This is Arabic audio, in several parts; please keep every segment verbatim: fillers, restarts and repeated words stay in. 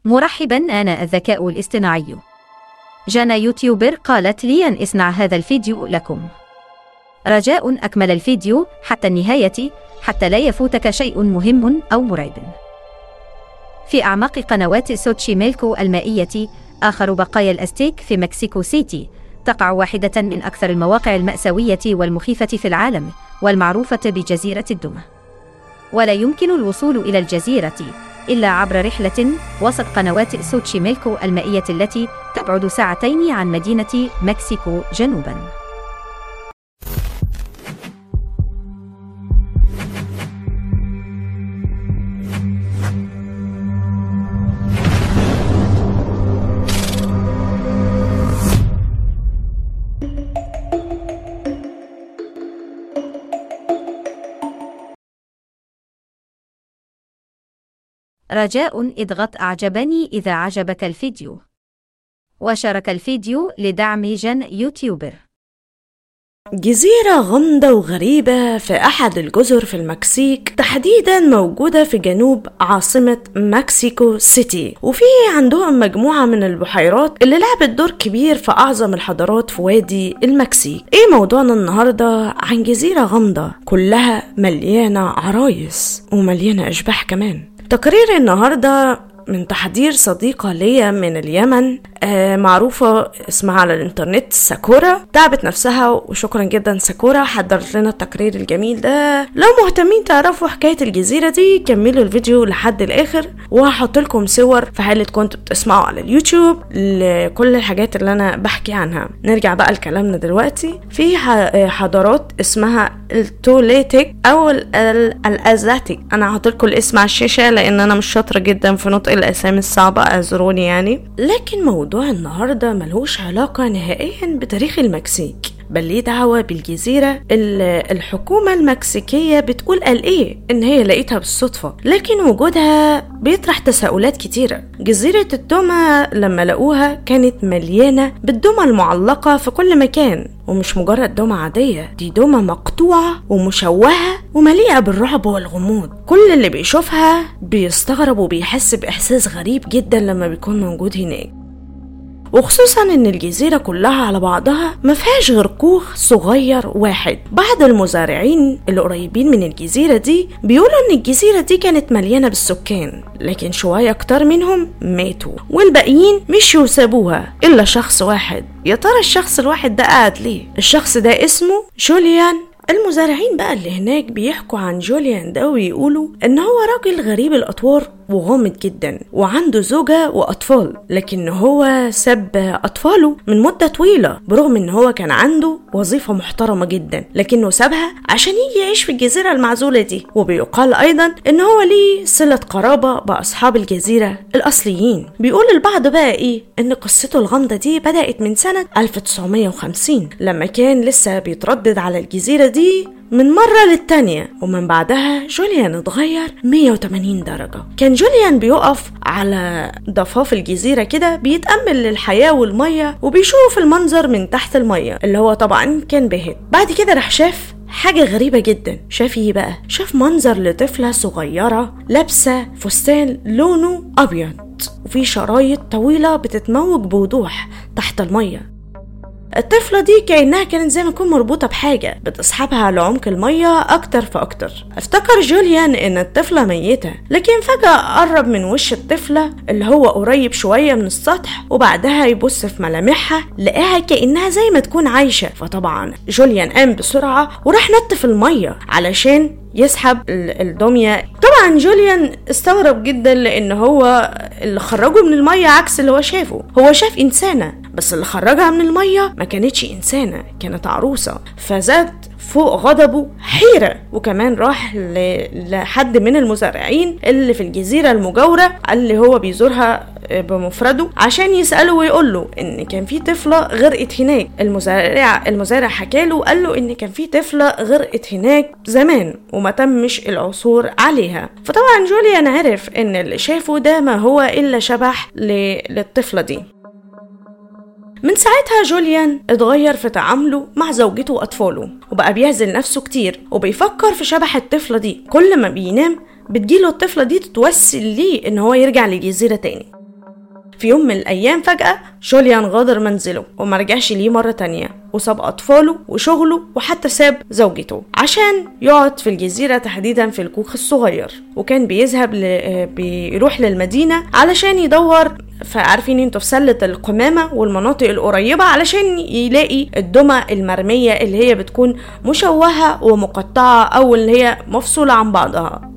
مرحبا، أنا الذكاء الاصطناعي. جانا يوتيوبر قالت لي أن أصنع هذا الفيديو لكم. رجاء أكمل الفيديو حتى النهاية حتى لا يفوتك شيء مهم أو مرعب. في أعماق قنوات سوتشيميلكو المائية آخر بقايا الأستيك في مكسيكو سيتي تقع واحدة من أكثر المواقع المأساوية والمخيفة في العالم، والمعروفة بجزيرة الدمى. ولا يمكن الوصول إلى الجزيرة إلا عبر رحلة وسط قنوات سوتشيميلكو المائية التي تبعد ساعتين عن مدينة مكسيكو جنوباً. رجاء اضغط أعجبني إذا عجبك الفيديو، وشارك الفيديو لدعم جان يوتيوبر. جزيرة غامضة وغريبة في أحد الجزر في المكسيك، تحديدا موجودة في جنوب عاصمة مكسيكو سيتي، وفي عندهم مجموعة من البحيرات اللي لعبت دور كبير في أعظم الحضارات في وادي المكسيك. إيه موضوعنا النهاردة؟ عن جزيرة غامضة كلها مليانة عرايس ومليانة أشباح كمان. تقرير النهاردة من تحضير صديقة ليا من اليمن، آه معروفة اسمها على الانترنت ساكورا. تعبت نفسها وشكرا جدا ساكورا، حضرت لنا التقرير الجميل ده. لو مهتمين تعرفوا حكاية الجزيرة دي كملوا الفيديو لحد الآخر، وهحط لكم صور في حالة كنتوا بتسمعوا على اليوتيوب لكل الحاجات اللي أنا بحكي عنها. نرجع بقى لكلامنا دلوقتي. في حضارات اسمها التوليتيك أو الأزاتيك. أنا هحط لكم الاسم على الشاشة لأن أنا مش شاطرة جدا في نطق الأسامي الصعبة، أعذروني يعني. لكن موضوع النهاردة ملهوش علاقة نهائيا بتاريخ المكسيك، بل ليه دعوة بالجزيرة اللي الحكومة المكسيكية بتقول قال ايه ان هي لقيتها بالصدفة، لكن وجودها بيطرح تساؤلات كتيرة. جزيرة الدمى لما لقوها كانت مليانة بالدمى المعلقة في كل مكان، ومش مجرد دمى عادية، دي دمى مقطوعة ومشوهة ومليئة بالرعب والغموض. كل اللي بيشوفها بيستغرب وبيحس بإحساس غريب جدا لما بيكون موجود هناك، وخصوصا ان الجزيرة كلها على بعضها ما فيهاش غير كوخ صغير واحد. بعض المزارعين اللي قريبين من الجزيرة دي بيقولوا ان الجزيرة دي كانت مليانة بالسكان، لكن شوية اكتر منهم ماتوا والباقيين مشوا وسابوها الا شخص واحد. يا ترى الشخص الواحد ده قاعد ليه؟ الشخص ده اسمه جوليان. المزارعين بقى اللي هناك بيحكوا عن جوليان ده ويقولوا ان هو راجل غريب الاطوار وغامض جدا، وعنده زوجة واطفال، لكن هو ساب اطفاله من مدة طويلة برغم ان هو كان عنده وظيفة محترمة جدا، لكنه سابها عشان يجي يعيش في الجزيرة المعزولة دي. وبيقال ايضا ان هو ليه صلة قرابة باصحاب الجزيرة الاصليين. بيقول البعض بقى ايه ان قصته الغامضة دي بدأت من سنة ألف وتسعمية وخمسين لما كان لسه بيتردد على الجزيرة دي من مرة للتانية، ومن بعدها جوليان اتغير مية وتمانين درجة. كان جوليان بيقف على ضفاف الجزيرة كده بيتأمل للحياة والمية وبيشوف المنظر من تحت المية اللي هو طبعا كان باهت. بعد كده راح شاف حاجة غريبة جدا. شاف ايه بقى؟ شاف منظر لطفلة صغيرة لابسة فستان لونه أبيض وفي شرايط طويلة بتتموج بوضوح تحت المية. الطفلة دي كأنها كانت زي ما تكون مربوطة بحاجة بتسحبها لعمق المية أكتر فأكتر. افتكر جوليان إن الطفلة ميتة، لكن فجأة قرب من وش الطفلة اللي هو قريب شوية من السطح، وبعدها يبص في ملامحها لقاها كأنها زي ما تكون عايشة. فطبعا جوليان قام بسرعة وراح نط في المية علشان يسحب الدمية. طبعا جوليان استغرب جدا لان هو اللي خرجه من المية عكس اللي هو شافه. هو شاف انسانة، بس اللي خرجها من المية ما كانتش انسانة، كانت عروسة. فزاد فوق غضبه حيرة، وكمان راح لحد من المزارعين اللي في الجزيرة المجاورة اللي هو بيزورها بمفرده عشان يسأله ويقول له ان كان في طفلة غرقت هناك. المزارع المزارع حكاله وقال له ان كان في طفلة غرقت هناك زمان وما تمش العثور عليها. فطبعا جوليان عرف ان اللي شافه ده ما هو الا شبح للطفلة دي. من ساعتها جوليان اتغير في تعامله مع زوجته وأطفاله، وبقى بيعزل نفسه كتير وبيفكر في شبح الطفلة دي. كل ما بينام بتجيله الطفلة دي تتوسل ليه ان هو يرجع للجزيرة تاني. في يوم من الايام فجأة جوليان غادر منزله وما رجعش ليه مرة تانية، وساب اطفاله وشغله وحتى ساب زوجته عشان يقعد في الجزيرة تحديدا في الكوخ الصغير. وكان بيذهب ل... بيروح للمدينة علشان يدور، فعارفين انتوا في سلة القمامة والمناطق القريبة، علشان يلاقي الدمى المرمية اللي هي بتكون مشوهة ومقطعة او اللي هي مفصولة عن بعضها.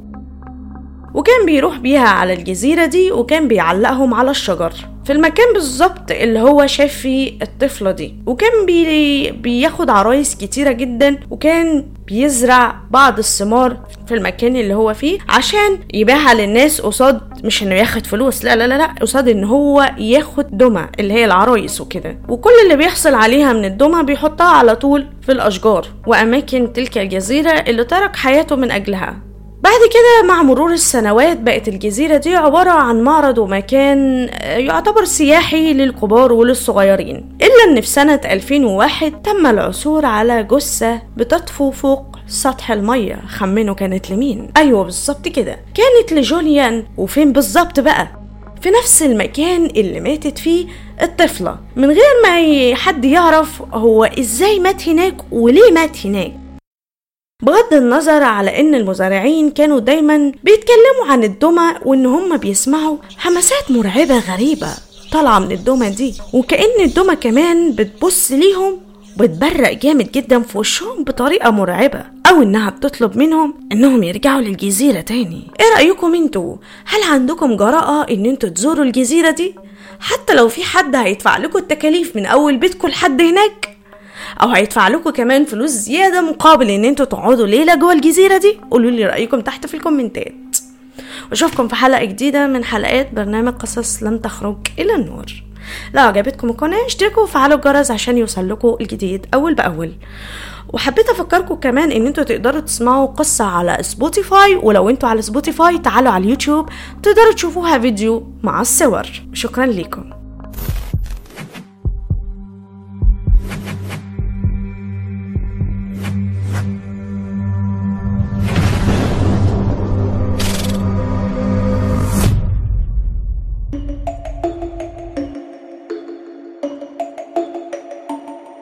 وكان بيروح بيها على الجزيرة دي وكان بيعلقهم على الشجر في المكان بالظبط اللي هو شاف فيه الطفلة دي. وكان بي... بياخد عرايس كتيرة جدا، وكان بيزرع بعض الثمار في المكان اللي هو فيه عشان يبيعها للناس قصاد، مش انه ياخد فلوس، لا لا لا لا قصاد ان هو ياخد دمى اللي هي العرايس وكده. وكل اللي بيحصل عليها من الدمى بيحطها على طول في الاشجار واماكن تلك الجزيرة اللي ترك حياته من اجلها. بعد كده مع مرور السنوات بقت الجزيرة دي عبارة عن معرض ومكان يعتبر سياحي للكبار وللصغيرين، إلا أن في سنة ألفين وواحد تم العثور على جثة بتطفو فوق سطح المية. خمنوا كانت لمين؟ أيوة بالظبط كده، كانت لجوليان. وفين بالظبط بقى؟ في نفس المكان اللي ماتت فيه الطفلة، من غير ما حد يعرف هو إزاي مات هناك وليه مات هناك. بغض النظر على ان المزارعين كانوا دايما بيتكلموا عن الدمى وان هم بيسمعوا همسات مرعبة غريبة طالعة من الدمى دي، وكأن الدمى كمان بتبص ليهم بتبرق جامد جدا في وشهم بطريقة مرعبة، او انها بتطلب منهم انهم يرجعوا للجزيرة تاني. ايه رأيكم انتوا؟ هل عندكم جراءة ان انتوا تزوروا الجزيرة دي حتى لو في حد هيدفع لكم التكاليف من اول بيتكم لحد هناك، او هيدفع لكم كمان فلوس زيادة مقابل ان انتوا تقعدوا ليلة جوه الجزيرة دي؟ قولوا لي رأيكم تحت في الكومنتات، واشوفكم في حلقة جديدة من حلقات برنامج قصص لن تخرج الى النور. لو عجبتكم القناة اشتركوا وفعلوا الجرس عشان يوصل لكم الجديد اول باول. وحبيت افكركم كمان ان انتوا تقدروا تسمعوا قصة على سبوتيفاي، ولو انتوا على سبوتيفاي تعالوا على اليوتيوب تقدروا تشوفوها فيديو مع الصور. شكرا لكم.